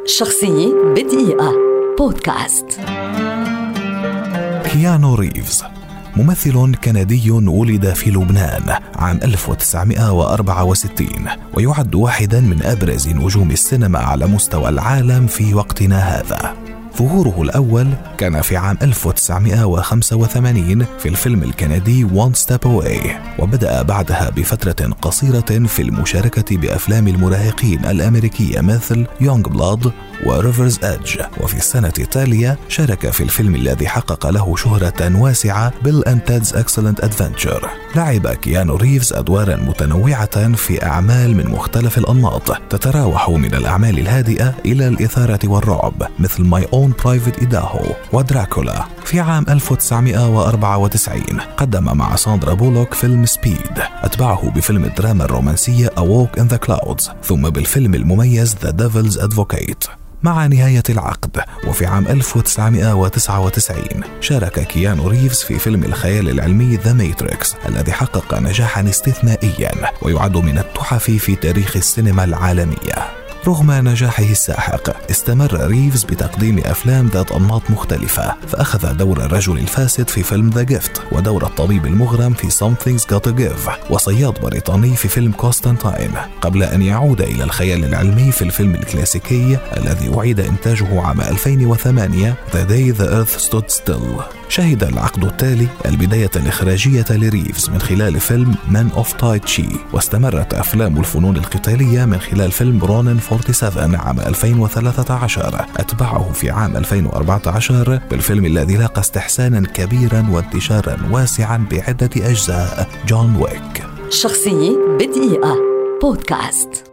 شخصية بدقيقة بودكاست. كيانو ريفز ممثل كندي ولد في لبنان عام 1964 ويعد واحدا من أبرز نجوم السينما على مستوى العالم في وقتنا هذا. ظهوره الأول كان في عام 1985 في الفيلم الكندي One Step Away، وبدأ بعدها بفترة قصيرة في المشاركة بأفلام المراهقين الأمريكية مثل Young Blood و River's Edge، وفي السنة التالية شارك في الفيلم الذي حقق له شهرة واسعة Bill and Ted's Excellent Adventure. لعب كيانو ريفز أدوارا متنوعة في أعمال من مختلف الأنماط، تتراوح من الأعمال الهادئة إلى الإثارة والرعب مثل My Own Private Idaho ودراكولا. في عام 1994 قدم مع ساندرا بولوك فيلم سبيد، أتبعه بفيلم الدراما الرومانسية A Walk in the Clouds، ثم بالفيلم المميز The Devil's Advocate. مع نهاية العقد وفي عام 1999 شارك كيانو ريفز في فيلم الخيال العلمي The Matrix الذي حقق نجاحا استثنائيا ويعد من التحف في تاريخ السينما العالمية. رغم نجاحه الساحق استمر ريفز بتقديم أفلام ذات أنماط مختلفة، فأخذ دور الرجل الفاسد في فيلم The Gift، ودور الطبيب المغرم في Something's Gotta Give، وصياد بريطاني في فيلم كونستانتاين، قبل أن يعود إلى الخيال العلمي في الفيلم الكلاسيكي الذي أعيد إنتاجه عام 2008 The Day the Earth Stood Still. شهد العقد التالي البداية الإخراجية لريفز من خلال فيلم Man of Tai Chi، واستمرت أفلام الفنون القتالية من خلال فيلم رونين 47 عام 2013، أتبعه في عام 2014 بالفيلم الذي لاقى استحسانا كبيرا وانتشارا واسعا بعدة أجزاء جون ويك. شخصية بدقيقة بودكاست.